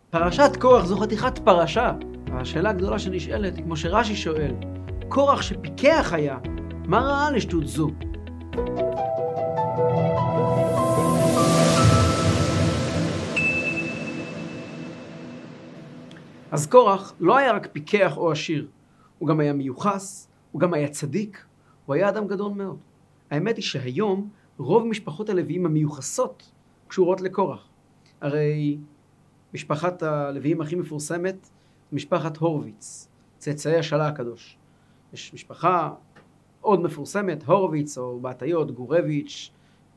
פרשת קורח זו חתיכת פרשה. השאלה הגדולה שנשאלת היא כמו שרש"י שואל, קורח שפיקח היה, מה ראה לשטות זו? אז קורח לא היה רק פיקח או עשיר, הוא גם היה מיוחס, הוא גם היה צדיק, הוא היה אדם גדול מאוד. האמת היא שהיום רוב משפחות הלוויים המיוחסות קשורות לקורח. הרי משפחת הלוויים הכי מפורסמת, משפחת הורוביץ, צאצאי השלה הקדוש. יש משפחה עוד מפורסמת, הורוביץ או בתיות, גורביץ',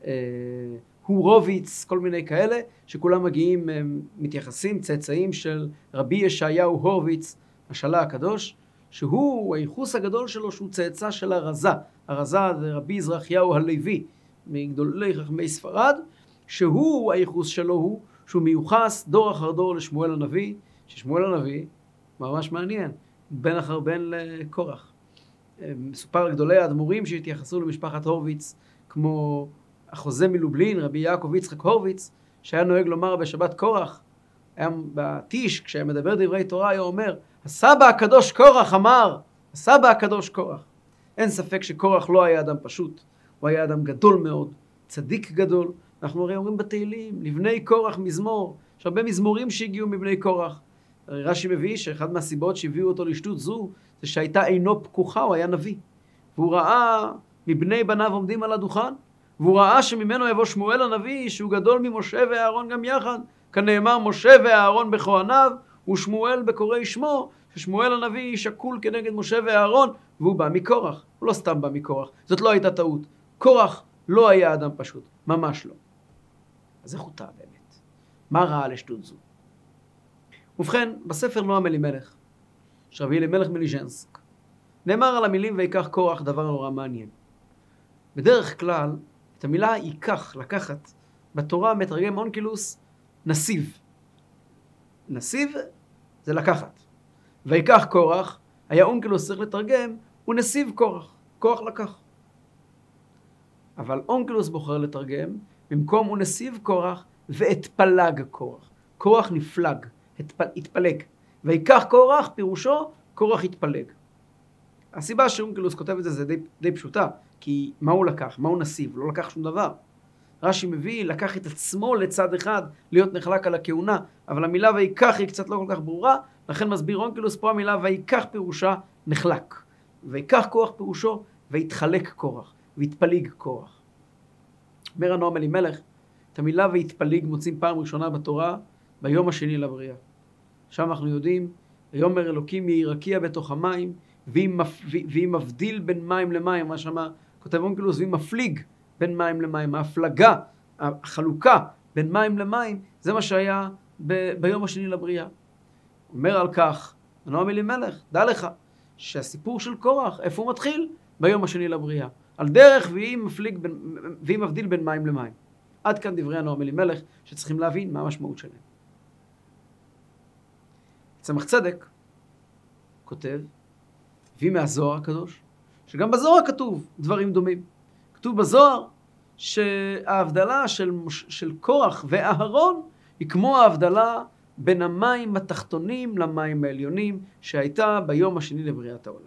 הורוביץ, כל מיני כאלה, שכולם מגיעים, מתייחסים, צאצאים של רבי ישעיהו הורוביץ, השלה הקדוש, שהוא, הייחוס הגדול שלו, שהוא צאצא של הרזה. הרזה זה רבי יזרחיהו הלוי, מגדולי חכמי ספרד, שהוא, הייחוס שלו הוא, שהוא מיוחס דור אחר דור לשמואל הנביא, ששמואל הנביא, ממש מעניין, בן אחר בן לקורח. מסופר גדולי האדמו"רים שהתייחסו למשפחת הורוביץ, כמו החוזה מלובלין, רבי יעקב יצחק הורוביץ, שהיה נוהג לומר בשבת קורח, היה בתיש, כשהיה מדבר דברי תורה, היה אומר, הסבא הקדוש קורח אמר, הסבא הקדוש קורח. אין ספק שקורח לא היה אדם פשוט, הוא היה אדם גדול מאוד, צדיק גדול. אנחנו הרי אומרים בתהילים, לבני קורח מזמור, יש הרבה מזמורים שהגיעו מבני קורח. רש"י מביא שאחד מהסיבות שהביאו אותו לשטות זו, זה שהייתה עינו פקוחה, הוא היה נביא. והוא ראה מבני בניו עומדים על הדוכן, והוא ראה שממנו יבוא שמואל הנביא, שהוא גדול ממשה ואהרון גם יחד, כנאמר משה ואהרון בכהניו, ושמואל בקוראי שמו, ששמואל הנביא שקול כנגד משה ואהרון, והוא בא מקורח. הוא לא סתם בא מקורח, זאת לא הייתה טעות. קורח לא היה אדם פשוט, ממש לא. אז איך הוא טעה באמת? מה ראה לשטות זו? ובכן, בספר נועם אלימלך, של רבי אלימלך מליז'נסק, נאמר על המילים ויקח קורח דבר נורא מעניין. בדרך כלל, את המילה ייקח, לקחת, בתורה מתרגם אונקלוס נסיב. נסיב זה לקחת. ויקח קורח, היה אונקלוס צריך לתרגם, הוא נסיב קורח. קורח לקח. אבל אונקלוס בוחר לתרגם, במקום הוא נסיב קורח והתפלג קורח. קורח נפלג, התפלג. ויקח קורח, פירושו, קורח התפלג. הסיבה שאונקלוס כותב את זה זה די פשוטה, כי מה הוא לקח? מה הוא נסיב? לא לקח שום דבר. רש"י מביא, לקח את עצמו לצד אחד, להיות נחלק על הכהונה, אבל המילה ויקח היא קצת לא כל כך ברורה, לכן מסביר אונקלוס פה המילה ויקח פירושה נחלק. ויקח קורח פירושו, והתחלק קורח, והתפליג קורח. אומר הנועם אלימלך, את המילה והתפליג מוצאים פעם ראשונה בתורה, ביום השני לבריאה. שם אנחנו יודעים, ויאמר אלוקים יהי רקיע בתוך המים, והיא מבדיל בין מים למים, מה שמה כותב אונקלוס, והיא מפליג בין מים למים. ההפלגה, החלוקה בין מים למים, זה מה שהיה ביום השני לבריאה. אומר על כך, הנועם אלימלך, דע לך, שהסיפור של קורח, איפה הוא מתחיל? ביום השני לבריאה. על דרך והיא מבדיל בין מים למים. עד כאן דברי הנועם אלימלך, שצריכים להבין מה המשמעות שלהם. צמח צדק כותב, הביא מהזוהר הקדוש, שגם בזוהר כתוב דברים דומים. כתוב בזוהר שההבדלה של קורח ואהרון היא כמו ההבדלה בין המים התחתונים למים העליונים שהייתה ביום השני לבריאת העולם.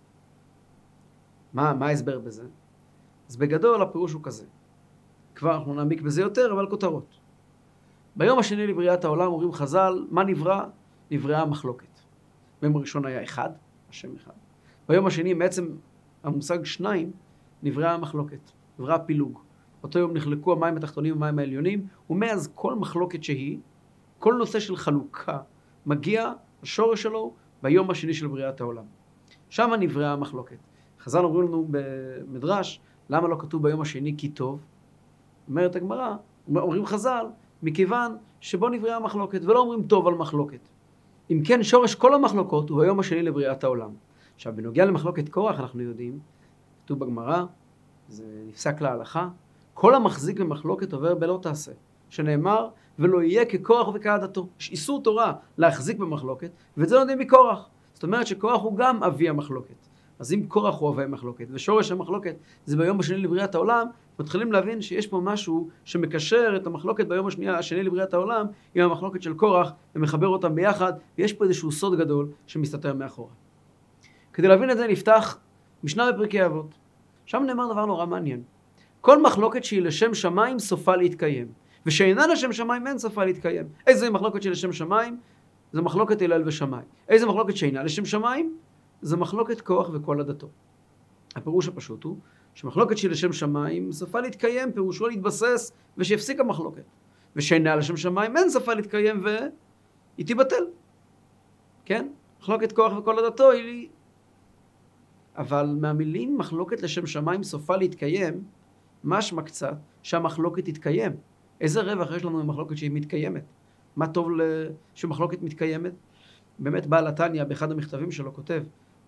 מה ההסבר בזה? אז בגדול הפירוש הוא כזה. כבר אנחנו נעמיק בזה יותר, אבל כותרות. ביום השני לבריאת העולם אומרים חז"ל, מה נברא? נבראה המחלוקת. ביום הראשון היה אחד, השם אחד. ביום השני, בעצם המושג שניים, נבראה המחלוקת, נברא הפילוג. אותו יום נחלקו המים התחתונים והמים העליונים, ומאז כל מחלוקת שהיא, כל נושא של חלוקה, מגיע השורש שלו ביום השני של בריאת העולם. שם נבראה המחלוקת. חז"ל אומרים לנו במדרש, למה לא כתוב ביום השני כי טוב? אומרת הגמרא, אומרים חז"ל, מכיוון שבו נבראה המחלוקת, ולא אומרים טוב על מחלוקת. אם כן, שורש כל המחלוקות הוא ביום השני לבריאת העולם. עכשיו, בנוגע למחלוקת קורח, אנחנו יודעים, כתוב בגמרא, זה נפסק להלכה, כל המחזיק במחלוקת עובר בלא תעשה, שנאמר, ולא יהיה כקורח וכעדתו. יש איסור תורה להחזיק במחלוקת, ואת זה לא יודעים מקורח. זאת אומרת שקורח הוא גם אבי המחלוקת. אז אם קורח הוא אבי המחלוקת, ושורש המחלוקת זה ביום השני לבריאת העולם, מתחילים להבין שיש פה משהו שמקשר את המחלוקת ביום השני לבריאת העולם עם המחלוקת של קורח ומחבר אותם ביחד, ויש פה איזשהו סוד גדול שמסתתר מאחורה. כדי להבין את זה נפתח משנה בפרקי אבות. שם נאמר דבר נורא מעניין. כל מחלוקת שהיא לשם שמיים סופה להתקיים, ושאינה לשם שמיים אין סופה להתקיים. איזה מחלוקת שהיא לשם שמיים? זה מחלוקת הלל ושמיים. איזה מחלוקת שאינה לשם שמיים? זה מחלוקת קורח וכל עדתו. הפירוש הפשוט הוא שמחלוקת שהיא לשם שמיים סופה להתקיים, פירושו להתבסס ושיפסיק המחלוקת. ושאינה לשם שמיים אין סופה להתקיים והיא תיבטל. כן? מחלוקת קורח וכל עדתו היא... אבל מהמילים מחלוקת לשם שמיים סופה להתקיים, משמע קצת שהמחלוקת תתקיים. איזה רווח יש לנו במחלוקת שהיא מתקיימת? מה טוב שמחלוקת מתקיימת? באמת בעל התניא באחד המכתבים שלו כותב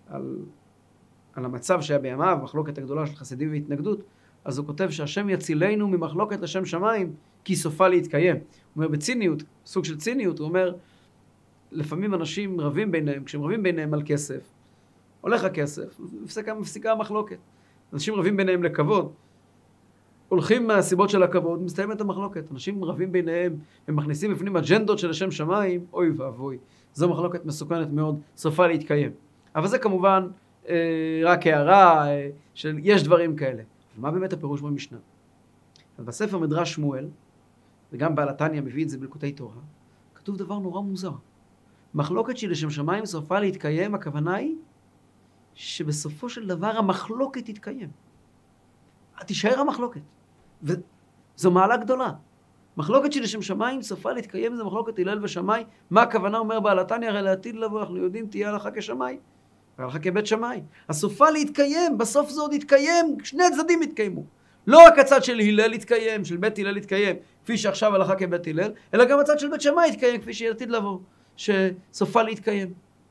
על המצב שהיה בימיו, מחלוקת הגדולה של חסידים והתנגדות, אז הוא כותב שהשם יצילנו ממחלוקת לשם שמיים, כי סופה להתקיים. הוא אומר בציניות, סוג של ציניות, הוא אומר, לפעמים אנשים רבים ביניהם, כשהם רבים ביניהם על כסף, הולך הכסף, מפסיקה המחלוקת. אנשים רבים ביניהם לכבוד, הולכים מהסיבות של הכבוד, מסתיימת המחלוקת. אנשים רבים ביניהם, הם מכניסים בפנים אג'נדות של השם שמיים, אוי ואבוי. זו מחלוקת מסוכנת מאוד, סופה להתקיים. אבל זה כמובן רק הערה של יש דברים כאלה. מה באמת הפירוש במשנה? אז בספר מדרש שמואל, וגם בעל התניא מביא את זה בליקוטי תורה, כתוב דבר נורא מוזר. מחלוקת שהיא לשם שמיים סופה להתקיים, הכוונה היא שבסופו של דבר המחלוקת תתקיים. תישאר המחלוקת. וזו מעלה גדולה. מחלוקת שלשם שמיים סופה להתקיים, זה מחלוקת הלל ושמאי. מה הכוונה אומר בעל התניא? הרי לעתיד לבוא, אנחנו יודעים, תהיה הלכה כשמאי, והלכה כבית שמאי. הסופה להתקיים, בסוף זה עוד יתקיים, שני הצדדים יתקיימו. לא רק הצד של הלל יתקיים, של בית הלל יתקיים, כפי שעכשיו הלכה כבית הלל, אלא גם הצד של בית שמאי יתקיים, כפי שעתיד לבוא, שסופה להתקיים.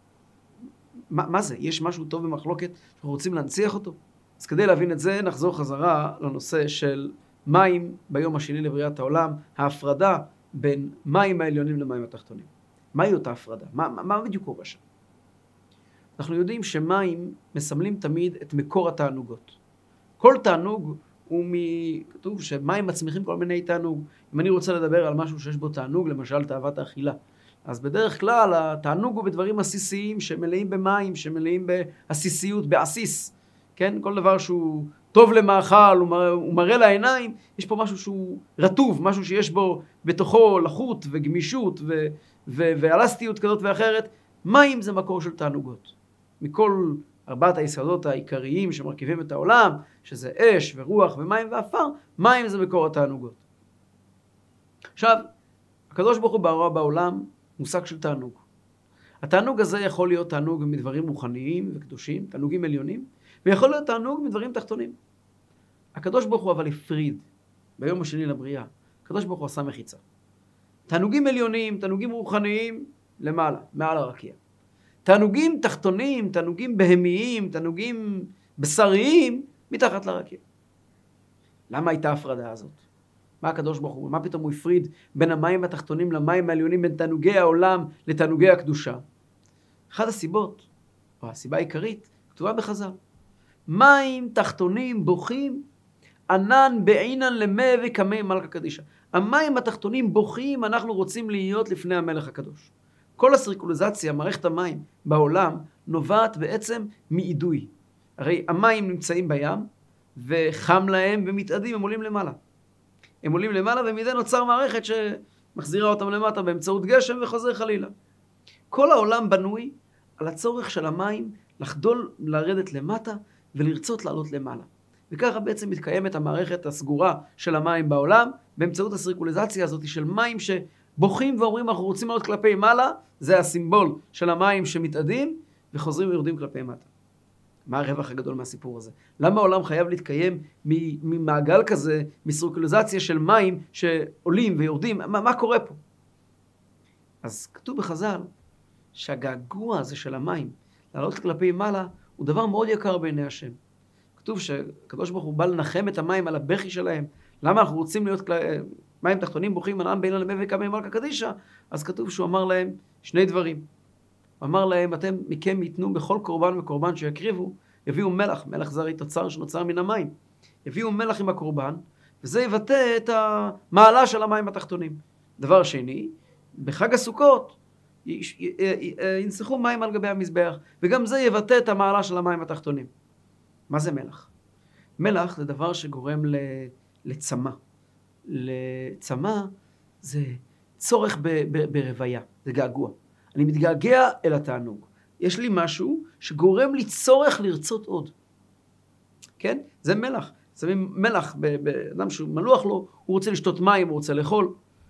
מה זה? יש משהו טוב במחלוקת שאנחנו רוצים להנציח אותו? אז כדי להבין את זה, נחזור חזרה לנושא של מים ביום השני לבריאת העולם, ההפרדה בין מים העליונים למים התחתונים. מהי אותה הפרדה? מה בדיוק קורה שם? אנחנו יודעים שמים מסמלים תמיד את מקור התענוגות. כל תענוג הוא כתוב שמים מצמיחים כל מיני תענוג. אם אני רוצה לדבר על משהו שיש בו תענוג, למשל תאוות האכילה, אז בדרך כלל התענוג הוא בדברים עסיסיים שמלאים במים, שמלאים בעסיסיות, בעסיס. כן? כל דבר שהוא טוב למאכל, הוא מראה לעיניים, יש פה משהו שהוא רטוב, משהו שיש בו בתוכו לחות וגמישות ואלסטיות כזאת ואחרת. מים זה מקור של תענוגות. מכל ארבעת היסודות העיקריים שמרכיבים את העולם, שזה אש ורוח ומים ואפר, מים זה מקור התענוגות. עכשיו, הקדוש ברוך הוא ברא בעולם מושג של תענוג. התענוג הזה יכול להיות תענוג מדברים רוחניים וקדושים, תענוגים עליונים, ויכול להיות תענוג מדברים תחתונים. הקדוש ברוך הוא אבל הפריד ביום השני לבריאה. הקדוש ברוך הוא עשה מחיצה. תענוגים עליונים, תענוגים רוחניים, למעלה, מעל הרקיע. תענוגים תחתונים, תענוגים בהמיים, תענוגים בשריים, מתחת לרקיע. למה הייתה ההפרדה הזאת? מה הקדוש ברוך הוא? מה פתאום הוא הפריד בין המים התחתונים למים העליונים, בין תענוגי העולם לתענוגי הקדושה? אחת הסיבות, או הסיבה העיקרית, כתובה בחז"ל. מים תחתונים בוכים, ענן בעינן למי וקמי מלכה קדישה. המים התחתונים בוכים, אנחנו רוצים להיות לפני המלך הקדוש. כל הסירקוליזציה, מערכת המים בעולם, נובעת בעצם מאידוי. הרי המים נמצאים בים, וחם להם ומתאדים, הם עולים למעלה. הם עולים למעלה, ומזה נוצר מערכת שמחזירה אותם למטה באמצעות גשם וחוזר חלילה. כל העולם בנוי על הצורך של המים לחדול, לרדת למטה ולרצות לעלות למעלה. וככה בעצם מתקיימת המערכת הסגורה של המים בעולם, באמצעות הסירקוליזציה הזאת של מים שבוכים ואומרים אנחנו רוצים לעלות כלפי מעלה, זה הסימבול של המים שמתאדים וחוזרים ויורדים כלפי מטה. מה הרווח הגדול מהסיפור הזה? למה העולם חייב להתקיים ממעגל כזה, מסירקוליזציה של מים שעולים ויורדים? מה קורה פה? אז כתוב בחז"ל שהגעגוע הזה של המים, לעלות כלפי מעלה, הוא דבר מאוד יקר בעיני השם. כתוב שהקדוש ברוך הוא בא לנחם את המים על הבכי שלהם. למה אנחנו רוצים להיות מים תחתונים בוכים ענן בעינן למי וקמי מלכה קדישה? אז כתוב שהוא אמר להם שני דברים. הוא אמר להם, אתם מכם ייתנו בכל קורבן וקורבן שיקריבו, יביאו מלח. מלח זה הרי תוצר שנוצר מן המים. יביאו מלח עם הקורבן, וזה יבטא את המעלה של המים התחתונים. דבר שני, בחג הסוכות, ינסחו מים על גבי המזבח, וגם זה יבטא את המעלה של המים התחתונים. מה זה מלח? מלח זה דבר שגורם לצמא. לצמא זה צורך ברוויה, זה געגוע. אני מתגעגע אל התענוג. יש לי משהו שגורם לי צורך לרצות עוד. כן? זה מלח. שמים מלח באדם שהוא מלוח לו, הוא רוצה לשתות מים, הוא רוצה לאכול.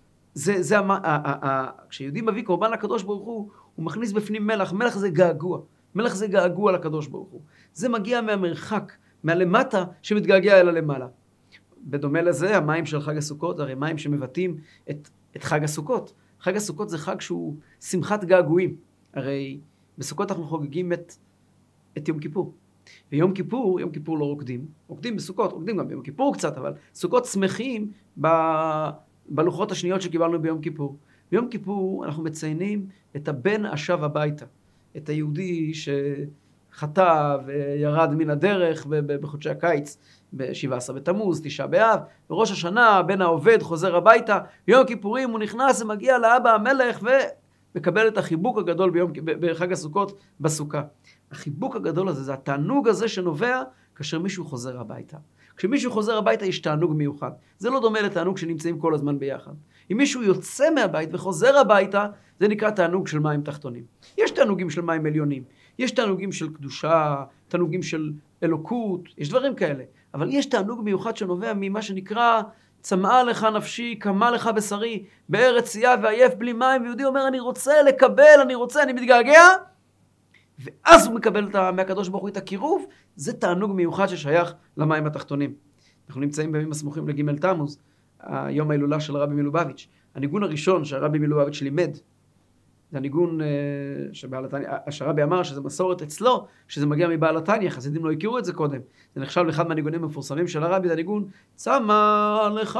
כשיהודי מביא קורבן לקדוש ברוך הוא מכניס בפנים מלח. מלח זה געגוע. מלח זה געגוע לקדוש ברוך הוא. זה מגיע מהמרחק, מהלמטה שמתגעגע אל הלמעלה. בדומה לזה, המים של חג הסוכות, הרי מים שמבטאים את חג הסוכות. חג הסוכות זה חג שהוא שמחת געגועים. הרי בסוכות אנחנו חוגגים את יום כיפור. ויום כיפור, יום כיפור לא רוקדים. רוקדים בסוכות, רוקדים גם ביום כיפור קצת, אבל סוכות שמחים בלוחות השניות שקיבלנו ביום כיפור. ביום כיפור אנחנו מציינים את הבן השב הביתה. את היהודי שחטא וירד מן הדרך בחודשי הקיץ, ב-17 בתמוז, 9 באב, בראש השנה, הבן העובד חוזר הביתה, ביום כיפורים הוא נכנס ומגיע לאבא המלך ומקבל את החיבוק הגדול בחג הסוכות בסוכה. החיבוק הגדול הזה, זה התענוג הזה שנובע כאשר מישהו חוזר הביתה. כשמישהו חוזר הביתה יש תענוג מיוחד. זה לא דומה לתענוג שנמצאים כל הזמן ביחד. אם מישהו יוצא מהבית וחוזר הביתה, זה נקרא תענוג של מים תחתונים. יש תענוגים של מים עליונים, יש תענוגים של קדושה, תענוגים של אלוקות, יש דברים כאלה. אבל יש תענוג מיוחד שנובע ממה שנקרא צמאה לך נפשי, קמה לך בשרי, בארץ צייה ועייף בלי מים, ויהודי אומר אני רוצה לקבל, אני מתגעגע, ואז הוא מקבל מהקדוש ברוך הוא את הקירוב. זה תענוג מיוחד ששייך למים התחתונים. אנחנו נמצאים בימים הסמוכים לג' תמוז, היום ההילולה של הרבי מלובביץ'. הניגון הראשון שהרבי מלובביץ' לימד, זה הניגון שהרבי אמר שזה מסורת אצלו, שזה מגיע מבעל התניא, חסידים לא הכירו את זה קודם. זה נחשב לאחד מהניגונים המפורסמים של הרבי, זה הניגון צמא לך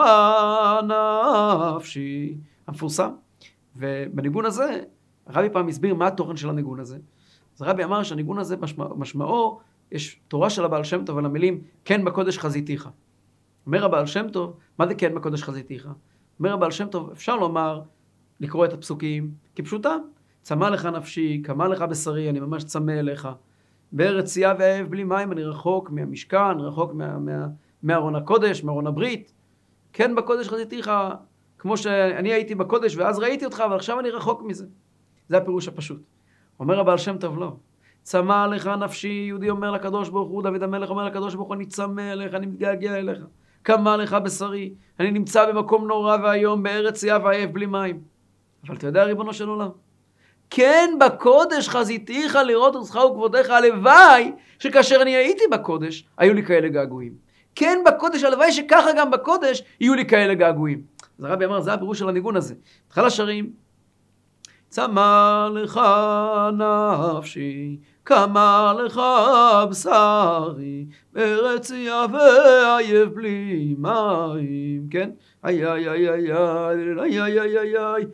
נפשי, המפורסם. ובניגון הזה, הרבי פעם הסביר מה התוכן של הניגון הזה. אז הרבי אמר שהניגון הזה משמעו, יש תורה של הבעל שם טוב על המילים, כן בקודש חזיתיך. אומר הבעל שם טוב, מה זה כן בקודש חזיתיך? אומר הבעל שם טוב, אפשר לומר, לקרוא את הפסוקים כפשוטם. צמא לך נפשי, קמה לך בשרי, אני ממש צמא אליך. בארץ צייה ועייף בלי מים, אני רחוק מהמשכן, רחוק מארון הקודש, מארון הברית. כן בקודש חזיתיך, כמו שאני הייתי בקודש ואז ראיתי אותך, אבל עכשיו אני רחוק מזה. זה הפירוש הפשוט. אומר הבעל שם טוב לא. צמא לך נפשי, יהודי אומר לקדוש ברוך הוא, דוד המלך אומר לקדוש ברוך הוא, אני צמא אליך, אני מתגעגע אליך. קמה לך בשרי, אני נמצא במקום נורא והיום בארץ צייה ועייף בלי מים. אבל אתה יודע ריבונו של עולם, כן בקודש חזיתיך לראות אותך וכבודך, הלוואי שכאשר אני הייתי בקודש, היו לי כאלה געגועים. כן בקודש, הלוואי שככה גם בקודש, יהיו לי כאלה געגועים. אז הרבי אמר, זה הפירוש של הניגון הזה. התחל השרים, צמא לך נפשי, קמה לך בשרי, בארץ צייה ועייף בלי מים, כן? איי איי איי איי איי איי איי איי איי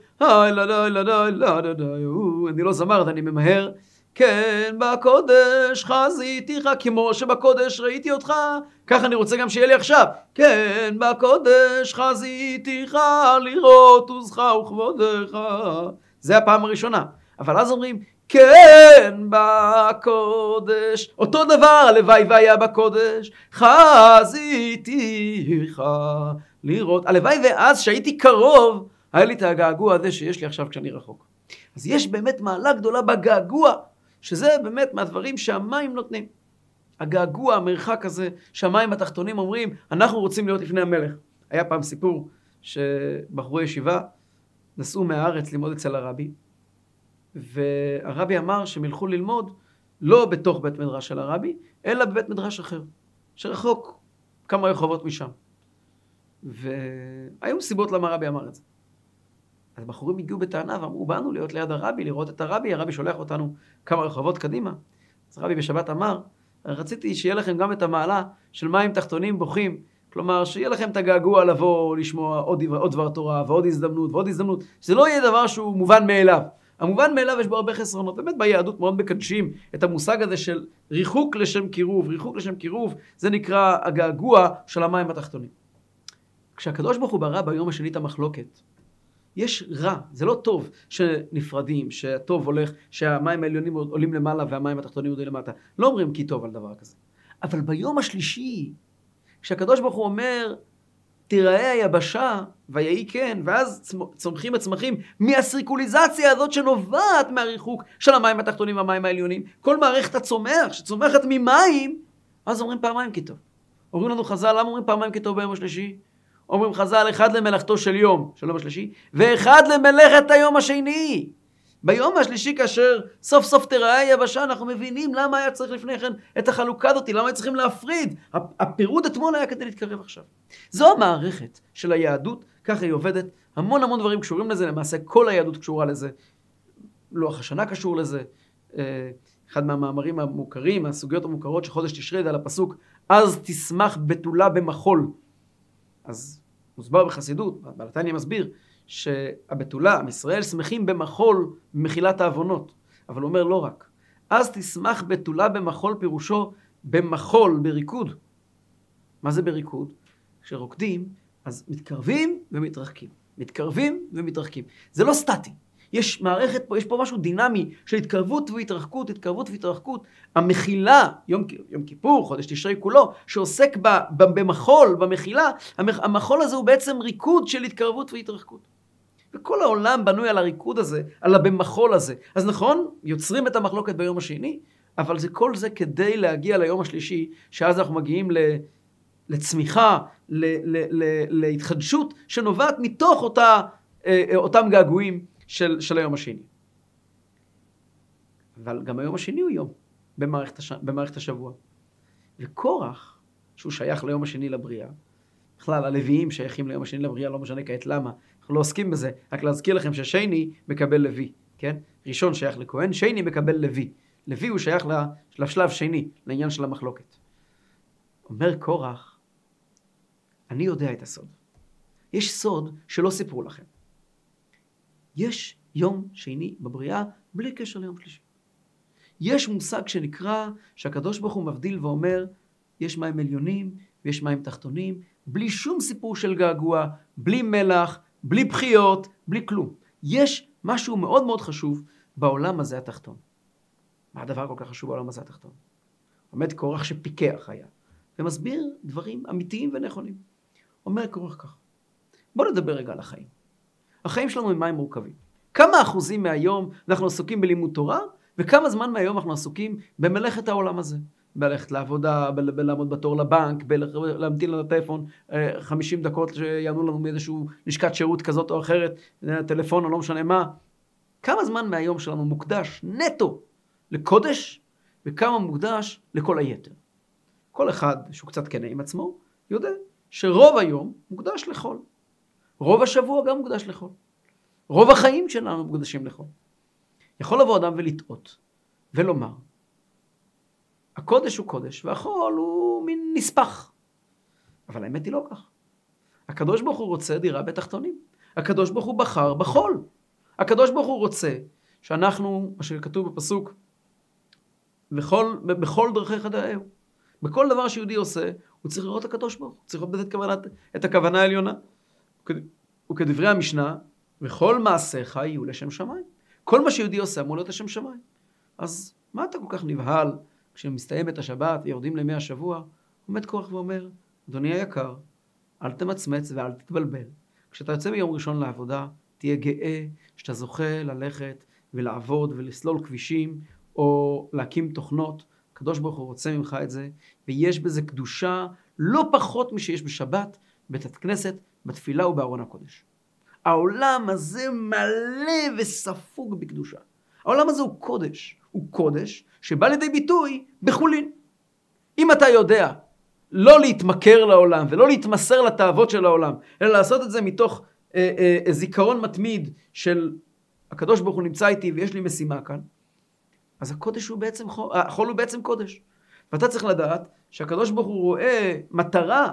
אני לא זמרת, אני ממהר. כן בקודש חזיתיך, כמו שבקודש ראיתי אותך, כך אני רוצה גם שיהיה לי עכשיו. כן בקודש חזיתיך לראות עוזך וכבודך. זה הפעם הראשונה. אבל אז אומרים, כן בקודש, אותו דבר, הלוואי והיה בקודש, חזיתיך לראות. הלוואי ואז שהייתי קרוב, היה לי את הגעגוע הזה שיש לי עכשיו כשאני רחוק. אז יש באמת מעלה גדולה בגעגוע, שזה באמת מהדברים שהמים נותנים. הגעגוע, המרחק הזה, שהמים התחתונים אומרים, אנחנו רוצים להיות לפני המלך. היה פעם סיפור שבחורי ישיבה נסעו מהארץ ללמוד אצל הרבי, והרבי אמר שהם ילכו ללמוד לא בתוך בית מדרש של הרבי, אלא בבית מדרש אחר, שרחוק כמה רחובות משם. והיו סיבות למה הרבי אמר את זה. אז בחורים הגיעו בטענה ואמרו, באנו להיות ליד הרבי, לראות את הרבי, הרבי שולח אותנו כמה רחובות קדימה. אז הרבי בשבת אמר, רציתי שיהיה לכם גם את המעלה של מים תחתונים בוכים, כלומר שיהיה לכם את הגעגוע לבוא לשמוע עוד דבר תורה ועוד הזדמנות ועוד הזדמנות, שזה לא יהיה דבר שהוא מובן מאליו. המובן מאליו יש בו הרבה חסרונות. באמת ביהדות מאוד מקדשים את המושג הזה של ריחוק לשם קירוב. ריחוק לשם קירוב זה נקרא הגעגוע של המים התחתונים. כשהקדוש ברוך הוא ברא ביום השני את המחלוקת, יש רע, זה לא טוב שנפרדים, שהטוב הולך, שהמים העליונים עולים למעלה והמים התחתונים עולים למטה. לא אומרים כי טוב על דבר כזה. אבל ביום השלישי, כשהקדוש ברוך הוא אומר, תיראה היבשה, ויהי כן, ואז צומחים הצמחים מהסריקוליזציה הזאת שנובעת מהריחוק של המים התחתונים והמים העליונים. כל מערכת הצומח, שצומחת ממים, אז אומרים פעמיים כי טוב. אומרים לנו חז"ל, למה אומרים פעמיים כי טוב ביום השלישי? אומרים חז"ל, אחד למלאכתו של יום השלישי, ואחד למלאכת היום השני. ביום השלישי, כאשר סוף סוף תיראה היבשה, אנחנו מבינים למה היה צריך לפני כן את החלוקה הזאת, למה היה צריכים להפריד. הפירוד אתמול היה כדי להתקרב עכשיו. זו המערכת של היהדות, ככה היא עובדת. המון דברים קשורים לזה, למעשה כל היהדות קשורה לזה. לוח השנה קשור לזה. אחד מהמאמרים המוכרים, הסוגיות המוכרות שחודש תשרי, זה על הפסוק, אז תשמח בתולה במחול. אז מוסבר בחסידות, בעל התניא מסביר, שהבתולה, עם ישראל, שמחים במחול במחילת העוונות. אבל הוא אומר לא רק. אז תשמח בתולה במחול, פירושו במחול, בריקוד. מה זה בריקוד? כשרוקדים, אז מתקרבים ומתרחקים. מתקרבים ומתרחקים. זה לא סטטי. יש מערכת פה, יש פה משהו דינמי של התקרבות והתרחקות, התקרבות והתרחקות. המחילה, יום כיפור, חודש תשרי כולו, שעוסק במחול, במחילה, המחול הזה הוא בעצם ריקוד של התקרבות והתרחקות. וכל העולם בנוי על הריקוד הזה, על הבמחול הזה. אז נכון, יוצרים את המחלוקת ביום השני, אבל זה כל זה כדי להגיע ליום השלישי, שאז אנחנו מגיעים לצמיחה, להתחדשות, שנובעת מתוך אותם געגועים של היום השני. אבל גם היום השני הוא יום במערכת השבוע. וקורח, שהוא שייך ליום השני לבריאה, בכלל הלוויים שייכים ליום השני לבריאה, לא משנה כעת למה, אנחנו לא עוסקים בזה, רק להזכיר לכם ששני מקבל לוי, כן? ראשון שייך לכהן, שני מקבל לוי. לוי הוא שייך לשלב שני, לעניין של המחלוקת. אומר קורח, אני יודע את הסוד. יש סוד שלא סיפרו לכם. יש יום שני בבריאה בלי קשר ליום שלישי. יש מושג שנקרא שהקדוש ברוך הוא מבדיל ואומר, יש מים עליונים ויש מים תחתונים, בלי שום סיפור של געגוע, בלי מלח, בלי בחיות, בלי כלום. יש משהו מאוד מאוד חשוב בעולם הזה התחתון. מה הדבר כל כך חשוב בעולם הזה התחתון? עומד קורח שפיקח היה, ומסביר דברים אמיתיים ונכונים. אומר קורח כך, בוא נדבר רגע על החיים. החיים שלנו הם מים מורכבים. כמה אחוזים מהיום אנחנו עסוקים בלימוד תורה, וכמה זמן מהיום אנחנו עסוקים במלאכת העולם הזה. בלכת לעבודה, לעמוד בתור לבנק, להמתין על הטלפון 50 דקות שיענו לנו מאיזשהו לשכת שירות כזאת או אחרת, טלפון או לא משנה מה. כמה זמן מהיום שלנו מוקדש נטו לקודש, וכמה מוקדש לכל היתר. כל אחד שהוא קצת כנה עם עצמו, יודע שרוב היום מוקדש לחול. רוב השבוע גם מוקדש לחול. רוב החיים שלנו מוקדשים לחול. יכול לבוא אדם ולטעות, ולומר, הקודש הוא קודש, והחול הוא מין נספח. אבל האמת היא לא כך. הקדוש ברוך הוא רוצה דירה בתחתונים. הקדוש ברוך הוא בחר בחול. הקדוש ברוך הוא רוצה שאנחנו, מה שכתוב בפסוק, בכל דרכי חדאהו. בכל דבר שיהודי עושה, הוא צריך לראות את הקדוש ברוך הוא. צריך לראות את הכוונה העליונה. וכדברי המשנה, וכל מעשיך יהיו לשם שמיים. כל מה שיהודי עושה אמור להיות לשם שמיים. אז מה אתה כל כך נבהל כשמסתיים את השבת ויורדים לימי השבוע? עומד קורח ואומר, אדוני היקר, אל תמצמץ ואל תתבלבל. כשאתה יוצא ביום ראשון לעבודה, תהיה גאה שאתה זוכה ללכת ולעבוד ולסלול כבישים או להקים תוכנות. הקדוש ברוך הוא רוצה ממך את זה, ויש בזה קדושה לא פחות משיש בשבת, בית כנסת, בתפילה ובארון הקודש. העולם הזה מלא וספוג בקדושה. העולם הזה הוא קודש. הוא קודש שבא לידי ביטוי בחולין. אם אתה יודע לא להתמכר לעולם ולא להתמסר לתאוות של העולם, אלא לעשות את זה מתוך זיכרון מתמיד של הקדוש ברוך הוא נמצא איתי ויש לי משימה כאן, אז הקודש הוא בעצם החול הוא בעצם קודש. ואתה צריך לדעת שהקדוש ברוך הוא רואה מטרה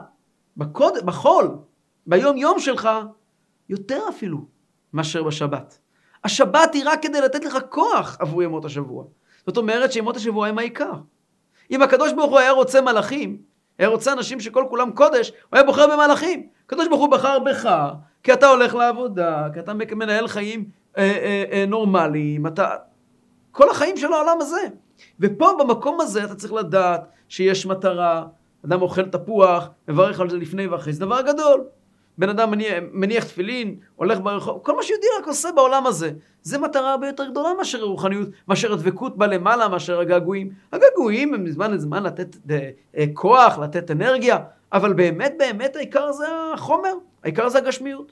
בחול, ביום יום שלך, יותר אפילו מאשר בשבת. השבת היא רק כדי לתת לך כוח עבור ימות השבוע. זאת אומרת שימות השבוע הם העיקר. אם הקדוש ברוך הוא היה רוצה מלאכים, היה רוצה אנשים שכל כולם קודש, הוא היה בוחר במלאכים. הקדוש ברוך הוא בחר בך, כי אתה הולך לעבודה, כי אתה מנהל חיים נורמליים, כל החיים של העולם הזה. ופה במקום הזה אתה צריך לדעת שיש מטרה, אדם אוכל תפוח, מברך על זה לפני ואחרי, זה דבר גדול. בן אדם מניח תפילין, הולך ברחוב, כל מה שיהודי רק עושה בעולם הזה, זה מטרה הרבה יותר גדולה מאשר הרוחניות, מאשר הדבקות בה למעלה, מאשר הגעגועים. הגעגועים הם מזמן לזמן לתת כוח, לתת אנרגיה, אבל באמת באמת העיקר זה החומר, העיקר זה הגשמיות.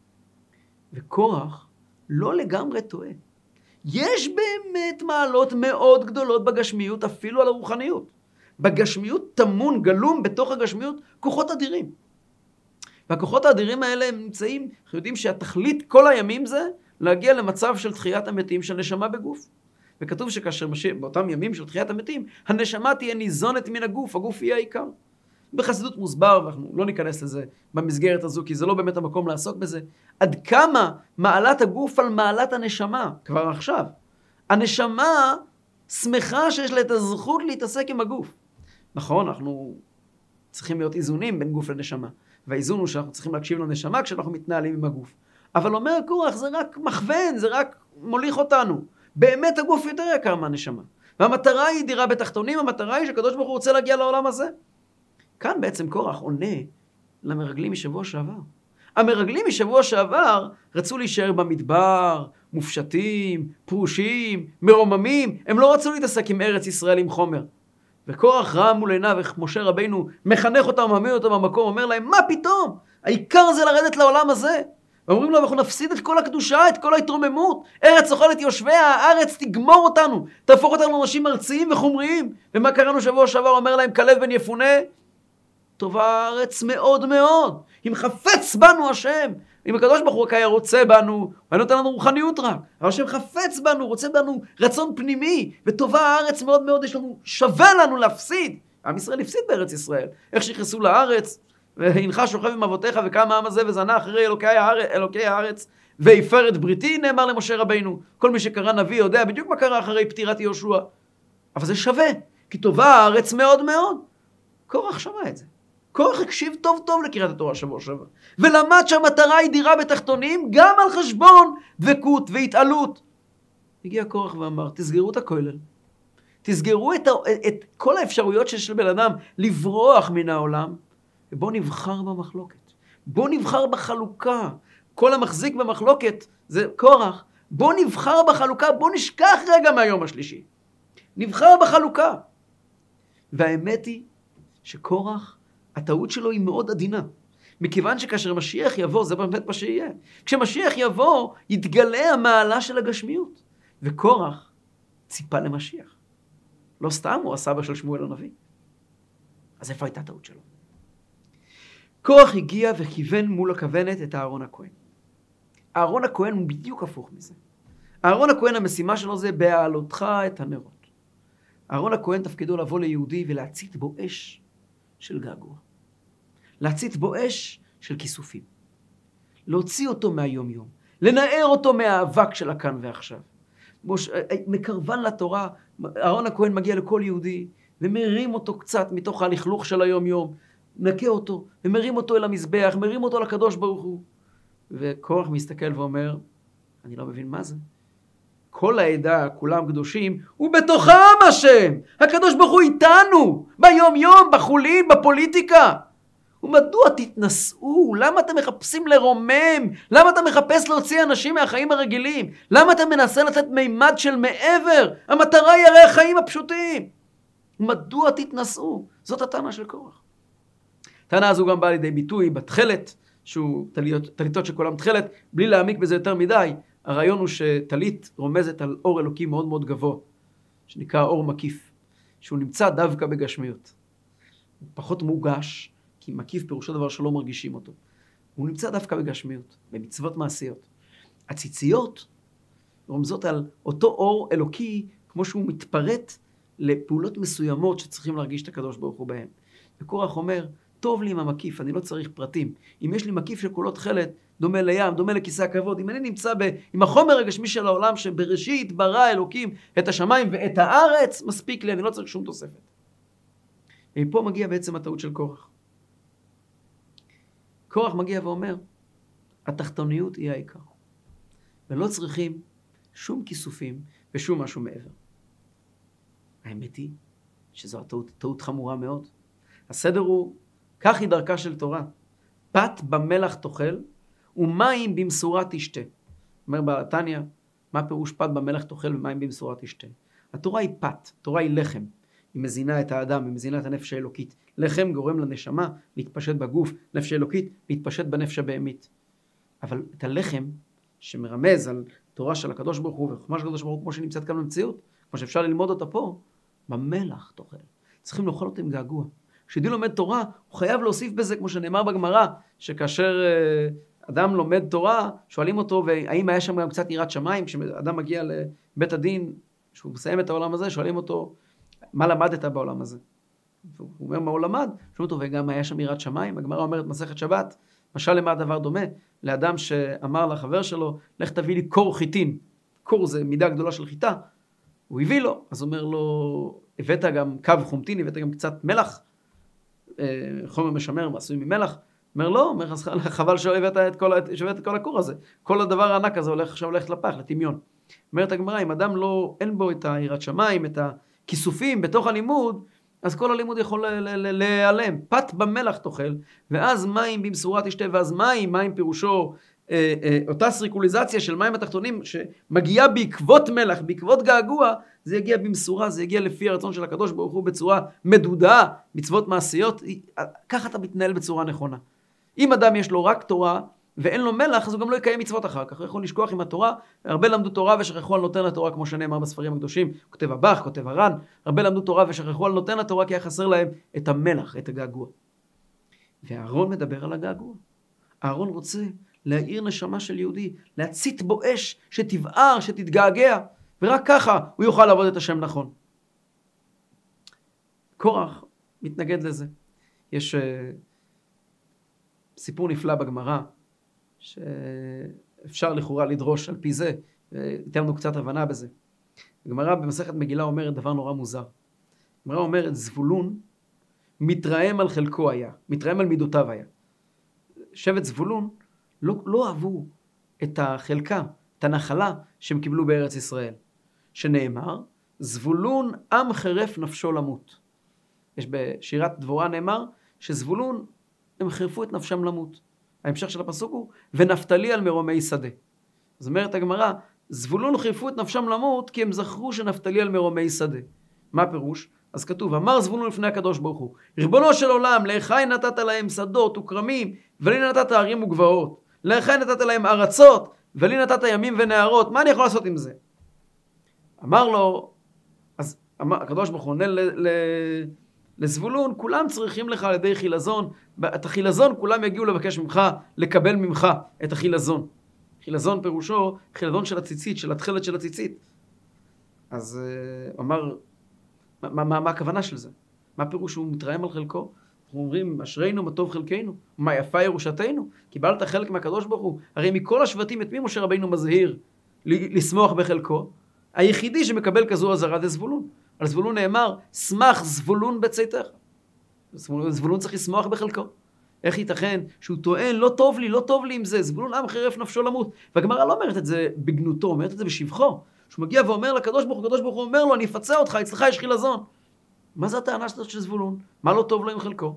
וכוח לא לגמרי טועה. יש באמת מעלות מאוד גדולות בגשמיות, אפילו על הרוחניות. בגשמיות טמון, גלום בתוך הגשמיות, כוחות אדירים. והכוחות האדירים האלה הם נמצאים, אנחנו יודעים שהתכלית כל הימים זה להגיע למצב של תחיית המתים של נשמה בגוף. וכתוב שכאשר באותם ימים של תחיית המתים, הנשמה תהיה ניזונת מן הגוף, הגוף יהיה העיקר. בחסידות מוסבר, ואנחנו לא ניכנס לזה במסגרת הזו, כי זה לא באמת המקום לעסוק בזה, עד כמה מעלת הגוף על מעלת הנשמה, כבר עכשיו. הנשמה שמחה שיש לה את הזכות להתעסק עם הגוף. נכון, אנחנו צריכים להיות איזונים בין גוף לנשמה. והאיזון הוא שאנחנו צריכים להקשיב לנשמה כשאנחנו מתנהלים עם הגוף. אבל אומר כוח, זה רק מכוון, זה רק מוליך אותנו. באמת הגוף יותר יקר מהנשמה. והמטרה היא דירה בתחתונים, המטרה היא שקדוש ברוך הוא רוצה להגיע לעולם הזה. כאן בעצם קורח עונה למרגלים משבוע שעבר. המרגלים משבוע שעבר רצו להישאר במדבר, מופשטים, פרושים, מרוממים. הם לא רצו להתעסק עם ארץ ישראל עם חומר. וקורח ראה מול עיניו איך משה רבינו מחנך אותם, מעמיד אותם במקום, אומר להם, מה פתאום? העיקר זה לרדת לעולם הזה. ואומרים לו, אנחנו נפסיד את כל הקדושה, את כל ההתרוממות. ארץ אוכלת יושביה, הארץ תגמור אותנו, תהפוך אותנו לאנשים ארציים וחומריים. ומה קראנו שבוע שעבר? אומר להם, כלב בן יפונה, טובה הארץ מאוד מאוד. אם חפץ בנו השם, אם הקדוש ברוך הוא היה רוצה בנו, הוא היה נותן לנו רוחניות רק. אבל השם חפץ בנו, רוצה בנו רצון פנימי, וטובה הארץ מאוד מאוד, יש לנו, שווה לנו להפסיד. עם ישראל הפסיד בארץ ישראל. איך שיחסו לארץ, והנך שוכב עם אבותיך וקם העם הזה וזנה אחרי אלוקי הארץ, והפר את בריתי, נאמר למשה רבינו. כל מי שקרא נביא יודע בדיוק מה קרה אחרי פטירת יהושע. אבל זה שווה, כי טובה הארץ מאוד מאוד. קורח שמע את זה. קורח הקשיב טוב טוב לקריאת התורה שבוע שעבר. ולמד שהמטרה היא דירה בתחתונים גם על חשבון דבקות והתעלות. הגיע קורח ואמר, תסגרו את הכולל. תסגרו את כל האפשרויות שיש לבן אדם לברוח מן העולם. ובוא נבחר במחלוקת. בוא נבחר בחלוקה. כל המחזיק במחלוקת זה קורח. בוא נבחר בחלוקה. בוא נשכח רגע מהיום השלישי. נבחר בחלוקה. והאמת היא שקורח הטעות שלו היא מאוד עדינה. מכיוון שכאשר משיח יבוא, זה באמת מה שיהיה. כשמשיח יבוא, יתגלה המעלה של הגשמיות. וקורח ציפה למשיח. לא סתם הוא הסבא של שמואל הנביא. אז איפה הייתה הטעות שלו? קורח הגיע וכיוון מול הכוונת את אהרון הכהן. אהרון הכהן הוא בדיוק הפוך מזה. אהרון הכהן המשימה שלו זה בהעלותך את הנרות. אהרון הכהן תפקידו לבוא ליהודי ולהצית בו אש של געגוע. להצית בו אש של כיסופים. להוציא אותו מהיום יום. לנער אותו מהאבק של הכאן ועכשיו. מקרבן לתורה, אהרון הכהן מגיע לכל יהודי ומרים אותו קצת מתוך הלכלוך של היום יום. נקה אותו ומרים אותו אל המזבח, מרים אותו לקדוש ברוך הוא. וקורח מסתכל ואומר, אני לא מבין מה זה. כל העדה, כולם קדושים, ובתוכם השם. הקדוש ברוך הוא איתנו, ביום יום, בחולין, בפוליטיקה. ומדוע תתנסעו? למה אתם מחפשים לרומם? למה אתה מחפש להוציא אנשים מהחיים הרגילים? למה אתה מנסה לתת מימד של מעבר? המטרה היא הרי החיים הפשוטים. מדוע תתנסעו? זאת הטענה של קורח. הטענה הזו גם באה לידי ביטוי בתכלת, שהוא תליטות שכולם תכלת, בלי להעמיק בזה יותר מדי. הרעיון הוא שתלית רומזת על אור אלוקי מאוד מאוד גבוה, שנקרא אור מקיף, שהוא נמצא דווקא בגשמיות. הוא פחות מוגש, כי מקיף פירושו דבר שלא מרגישים אותו. הוא נמצא דווקא בגשמיות, במצוות מעשיות. הציציות רומזות על אותו אור אלוקי, כמו שהוא מתפרט לפעולות מסוימות שצריכים להרגיש את הקדוש ברוך הוא בהם. וקורח אומר, טוב לי עם המקיף, אני לא צריך פרטים. אם יש לי מקיף של כולו תכלת, דומה לים, דומה לכיסא הכבוד. אם אני נמצא עם החומר הגשמי של העולם, שבראשית ברא אלוקים את השמיים ואת הארץ, מספיק לי, אני לא צריך שום תוספת. ופה מגיע בעצם הטעות של קורח. קורח מגיע ואומר, התחתוניות היא העיקר. ולא צריכים שום כיסופים ושום משהו מעבר. האמת היא שזו טעות חמורה מאוד. הסדר הוא, כך היא דרכה של תורה. פת במלח תאכל ומים במשורה תשתה. אומר בתניא, מה פירוש פת במלח תאכל ומים במשורה תשתה? התורה היא פת, התורה היא לחם. היא מזינה את האדם, היא מזינה את הנפש האלוקית. לחם גורם לנשמה להתפשט בגוף, נפש האלוקית להתפשט בנפש הבהמית. אבל את הלחם שמרמז על תורה של הקדוש ברוך הוא וחוכמה של הקדוש ברוך הוא כמו שנמצאת כאן במציאות, כמו שאפשר ללמוד אותה פה, במלח תאכל. צריכים לאכול אותה עם געגוע. כשיהודי לומד תורה, הוא חייב להוסיף בזה, כמו שנאמר בגמרא, שכאשר אדם לומד תורה, שואלים אותו, והאם היה שם גם קצת יראת שמיים, כשאדם מגיע לבית הדין, שהוא מסיים את העולם הזה, שואלים אותו, מה למדת בעולם הזה? הוא אומר, מה הוא למד? שואלים אותו, וגם היה שם יראת שמיים? הגמרא אומרת, מסכת שבת, משל למה הדבר דומה? לאדם שאמר לחבר שלו, לך תביא לי קור חיטין. קור זה מידה גדולה של חיטה. הוא הביא לו, אז אומר לו, הבאת גם קו חומטין, הבאת גם קצת מלח, חומר משמר, עשוי ממלח. אומר לא, אומר חבל שהבאת את כל הקור הזה. כל הדבר הענק הזה עכשיו הולך לפח, לטמיון. אומרת הגמרא, אם אדם אין בו את היראת שמיים, את הכיסופים בתוך הלימוד, אז כל הלימוד יכול להיעלם. פת במלח תאכל, ואז מים במשורה תשתה, ואז מים פירושו, אותה סריקוליזציה של מים התחתונים, שמגיעה בעקבות מלח, בעקבות געגוע, זה יגיע במשורה, זה יגיע לפי הרצון של הקדוש ברוך הוא בצורה מדודה, מצוות מעשיות, ככה אתה מתנהל בצורה נכונה. אם אדם יש לו רק תורה, ואין לו מלח, אז הוא גם לא יקיים מצוות אחר כך. הוא יכול לשכוח עם התורה. הרבה למדו תורה ושכחו על נותן התורה, כמו שנאמר בספרים הקדושים. כותב הבח, כותב הר"ן. הרבה למדו תורה ושכחו על נותן התורה, כי היה חסר להם את המלח, את הגעגוע. ואהרון מדבר על הגעגוע. אהרון רוצה להאיר נשמה של יהודי, להצית בו אש, שתבער, שתתגעגע, ורק ככה הוא יוכל לעבוד את השם נכון. קורח מתנגד לזה. יש סיפור נפלא בגמרא, שאפשר לכאורה לדרוש על פי זה, ותהיה לנו קצת הבנה בזה. הגמרא במסכת מגילה אומרת דבר נורא מוזר. הגמרא אומרת, זבולון מתרעם על חלקו היה, מתרעם על מידותיו היה. שבט זבולון לא אהבו את החלקה, את הנחלה שהם קיבלו בארץ ישראל. שנאמר, זבולון עם חרף נפשו למות. יש בשירת דבורה נאמר, שזבולון הם חירפו את נפשם למות. ההמשך של הפסוק הוא, ונפתלי על מרומי שדה. זאת אומרת הגמרא, זבולון חירפו את נפשם למות, כי הם זכרו שנפתלי על מרומי שדה. מה הפירוש? אז כתוב, אמר זבולון לפני הקדוש ברוך הוא, ריבונו של עולם, לאחי נתת להם שדות וכרמים, ולי נתת ערים וגבעות. לאחי נתת להם ארצות, ולי נתת ימים ונהרות. מה אני יכול לעשות עם זה? אמר לו, אז הקדוש ברוך הוא עונה לזבולון, כולם צריכים לך על ידי חילזון, את החילזון כולם יגיעו לבקש ממך, לקבל ממך את החילזון. חילזון פירושו, חילזון של הציצית, של התחלת של הציצית. אז אמר, מה הכוונה של זה? מה פירוש שהוא מתרעם על חלקו? אנחנו אומרים, אשרינו מה טוב חלקנו, מה יפה ירושתנו, קיבלת חלק מהקדוש ברוך הוא. הרי מכל השבטים את מי משה רבינו מזהיר לשמוח בחלקו? היחידי שמקבל כזו עזרה זה זבולון. על זבולון נאמר, שמח זבולון בצאתך. זבולון צריך לשמוח בחלקו. איך ייתכן שהוא טוען, לא טוב לי עם זה, זבולון עם חרף נפשו למות. והגמרא לא אומרת את זה בגנותו, אומרת את זה בשבחו. שהוא מגיע ואומר לקדוש ברוך הוא, הקדוש ברוך הוא אומר לו, אני אפצה אותך, אצלך יש חילזון. מה זה הטענה של זבולון? מה לא טוב לו עם חלקו?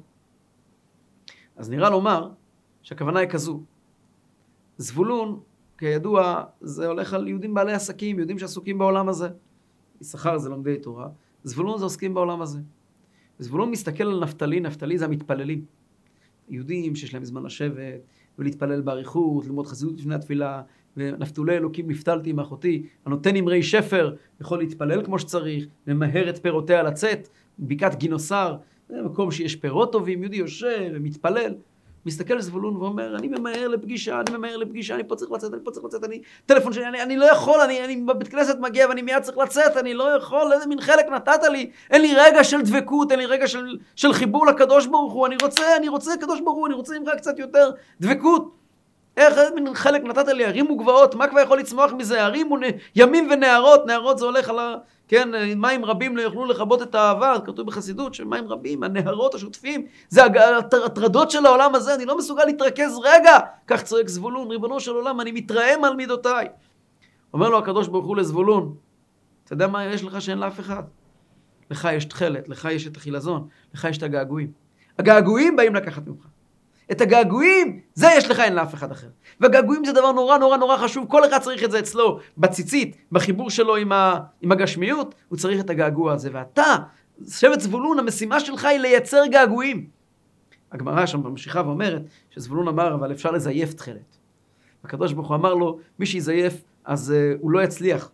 אז נראה לומר שהכוונה היא כזו. זבולון, כידוע, זה הולך על יהודים בעלי עסקים, יהודים שעסוקים בעולם הזה. יששכר זה לומדי תורה. זבולון זה עוסקים בעולם הזה. זבולון מסתכל על נפתלי, נפתלי זה המתפללים. יהודים שיש להם זמן לשבת ולהתפלל באריכות, ללמוד חסידות לפני התפילה, ונפתולי אלוקים נפתלתי מאחותי, הנותן אמרי שפר, יכול להתפלל כמו שצריך, ממהר את פירותיה לצאת, בקעת גינוסר, זה מקום שיש פירות טובים, יהודי יושב ומתפלל, מסתכל על זבולון ואומר, אני ממהר לפגישה, אני פה צריך לצאת, טלפון שלי, אני לא יכול, אני בבית כנסת מגיע ואני מיד צריך לצאת, אני לא יכול, איזה מין חלק נתת לי, אין לי רגע של דבקות, אין לי רגע של חיבור לקדוש ברוך הוא, אני רוצה קדוש ברוך הוא, אני רוצה ממך קצת יותר דבקות. איך מן חלק נתת לי הרים וגבעות, מה כבר יכול לצמוח מזה? הרים ימים ונהרות, נהרות זה הולך על כן, מים רבים לא יוכלו לכבות את האהבה, כתוב בחסידות שמים רבים, הנהרות השוטפים, זה הטרדות של העולם הזה, אני לא מסוגל להתרכז רגע, כך צועק זבולון, ריבונו של עולם, אני מתרעם על מידותיי. אומר לו הקדוש ברוך הוא לזבולון, אתה יודע מה יש לך שאין לאף אחד? לך יש תכלת, לך יש את החילזון, לך יש את הגעגועים. הגעגועים באים לקחת ממך. את הגעגועים, זה יש לך, אין לאף אחד אחר. והגעגועים זה דבר נורא נורא נורא חשוב, כל אחד צריך את זה אצלו, בציצית, בחיבור שלו עם הגשמיות, הוא צריך את הגעגוע הזה. ואתה, שבט זבולון, המשימה שלך היא לייצר געגועים. הגמרא שם ממשיכה ואומרת, שזבולון אמר, אבל אפשר לזייף תכלת. הקדוש ברוך הוא אמר לו, מי שיזייף, אז הוא לא יצליח.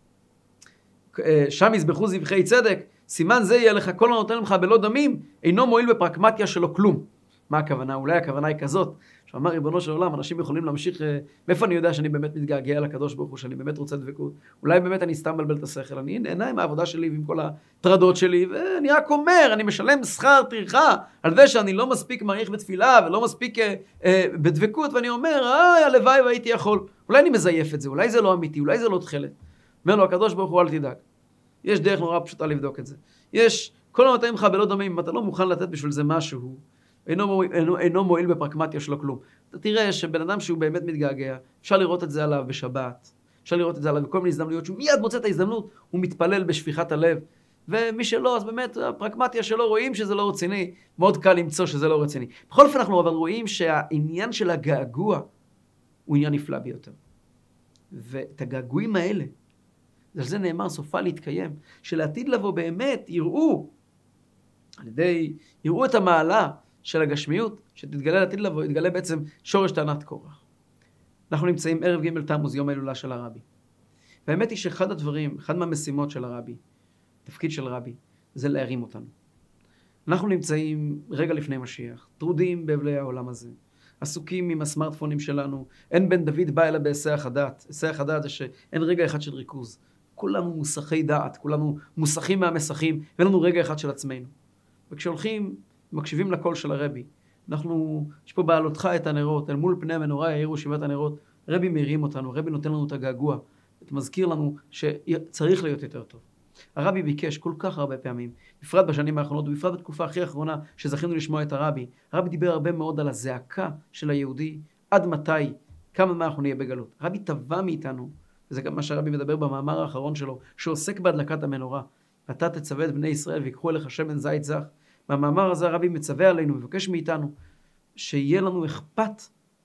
שם יזבחו זבחי צדק, סימן זה יהיה לך, כל הנותן לך בלא דמים, אינו מועיל בפרקמטיה שלו כלום. מה הכוונה? אולי הכוונה היא כזאת, שאמר ריבונו של עולם, אנשים יכולים להמשיך, מאיפה אני יודע שאני באמת מתגעגע לקדוש ברוך הוא, שאני באמת רוצה דבקות? אולי באמת אני סתם מבלבל את השכל, אני נהנה עם העבודה שלי ועם כל הטרדות שלי, ואני רק אומר, אני משלם שכר טרחה על זה שאני לא מספיק מעריך בתפילה, ולא מספיק בדבקות, ואני אומר, הלוואי והייתי יכול. אולי אני מזייף את זה, אולי זה לא אמיתי, אולי זה לא תכלת. אומר לו, הקדוש ברוך הוא, אל תדאג. יש דרך נורא פשוטה לבדוק את זה. יש, כל הנותן לך בלא דמים, אם אתה לא מוכן לתת בשביל זה משהו, אינו מועיל בפרקמטיה שלו כלום. אתה תראה שבן אדם שהוא באמת מתגעגע, אפשר לראות את זה עליו בשבת, אפשר לראות את זה עליו בכל מיני הזדמנויות, שהוא מיד מוצא את ההזדמנות, הוא מתפלל בשפיכת הלב, ומי שלא, אז באמת הפרקמטיה שלו רואים שזה לא רציני, מאוד קל למצוא שזה לא רציני. בכל אופן אנחנו אבל רואים שהעניין של הגעגוע הוא עניין נפלא ביותר. ואת הגעגועים האלה, על זה נאמר סופה להתקיים, שלעתיד לבוא באמת יראו את המעלה של הגשמיות, שתתגלה לעתיד לבוא, יתגלה בעצם שורש טענת קורח. אנחנו נמצאים ערב ג' תמוז, יום ההילולה של הרבי. והאמת היא שאחד הדברים, אחד מהמשימות של הרבי, תפקיד של רבי, זה להרים אותנו. אנחנו נמצאים רגע לפני משיח, טרודים באבלי העולם הזה, עסוקים עם הסמארטפונים שלנו, אין בן דוד בא אלא בהיסח הדעת. היסח הדעת זה שאין רגע אחד של ריכוז. כולנו מוסחי דעת, כולנו מוסחים מהמסכים, ואין לנו רגע אחד של עצמנו. וכשהולכים, מקשיבים לקול של הרבי, יש פה בעלותך את הנרות, אל מול פני המנורה יאירו שבעת הנרות, רבי מרים אותנו, רבי נותן לנו את הגעגוע, מזכיר לנו שצריך להיות יותר טוב. הרבי ביקש כל כך הרבה פעמים, בפרט בשנים האחרונות, ובפרט בתקופה הכי האחרונה שזכינו לשמוע את הרבי, הרבי דיבר הרבה מאוד על הזעקה של היהודי, עד מתי, כמה אנחנו נהיה בגלות. הרבי תבע מאיתנו, וזה גם מה שהרבי מדבר במאמר האחרון שלו, שעוסק בהדלקת המנורה. אתה תצווה את בני ישראל ויקחו אליך שמן זית זך. במאמר הזה הרבי מצווה עלינו, מבקש מאיתנו, שיהיה לנו אכפת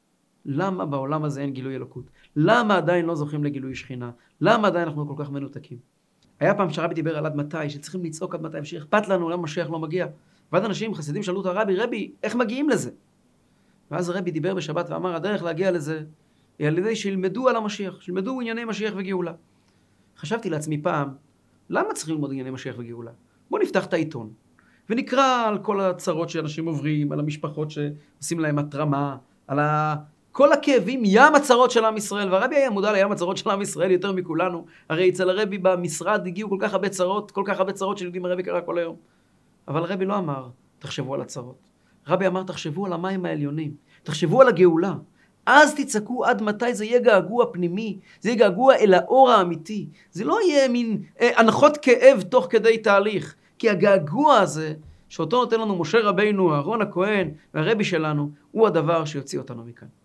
למה בעולם הזה אין גילוי אלוקות. למה עדיין לא זוכים לגילוי שכינה? למה עדיין אנחנו כל כך מנותקים? היה פעם שהרבי דיבר על עד מתי, שצריכים לצעוק עד מתי, שאכפת לנו למה משיח לא מגיע. ועד אנשים, חסידים, שאלו את הרבי, רבי, איך מגיעים לזה? ואז הרבי דיבר בשבת ואמר, הדרך להגיע לזה, היא על ידי שילמדו על המשיח, שילמדו ענייני משיח וגאולה. חשבתי לעצמי פעם, למה צריכים ללמוד ענייני משיח וגאולה? בוא נפתח את העיתון, ונקרא על כל הצרות שאנשים עוברים, על המשפחות שעושים להם התרמה, על כל הכאבים, ים הצרות של עם ישראל, והרבי היה מודע לים הצרות של עם ישראל יותר מכולנו, הרי אצל הרבי במשרד הגיעו כל כך הרבה צרות שיודעים הרבי קרא כל היום. אבל הרבי לא אמר, תחשבו על הצרות. הרבי אמר, תחשבו על המים העליונים, תחשבו על הגאולה. אז תצעקו עד מתי, זה יהיה געגוע פנימי, זה יהיה געגוע אל האור האמיתי. זה לא יהיה מין הנחות כאב תוך כדי תהליך, כי הגעגוע הזה, שאותו נותן לנו משה רבינו, אהרון הכהן והרבי שלנו, הוא הדבר שיוציא אותנו מכאן.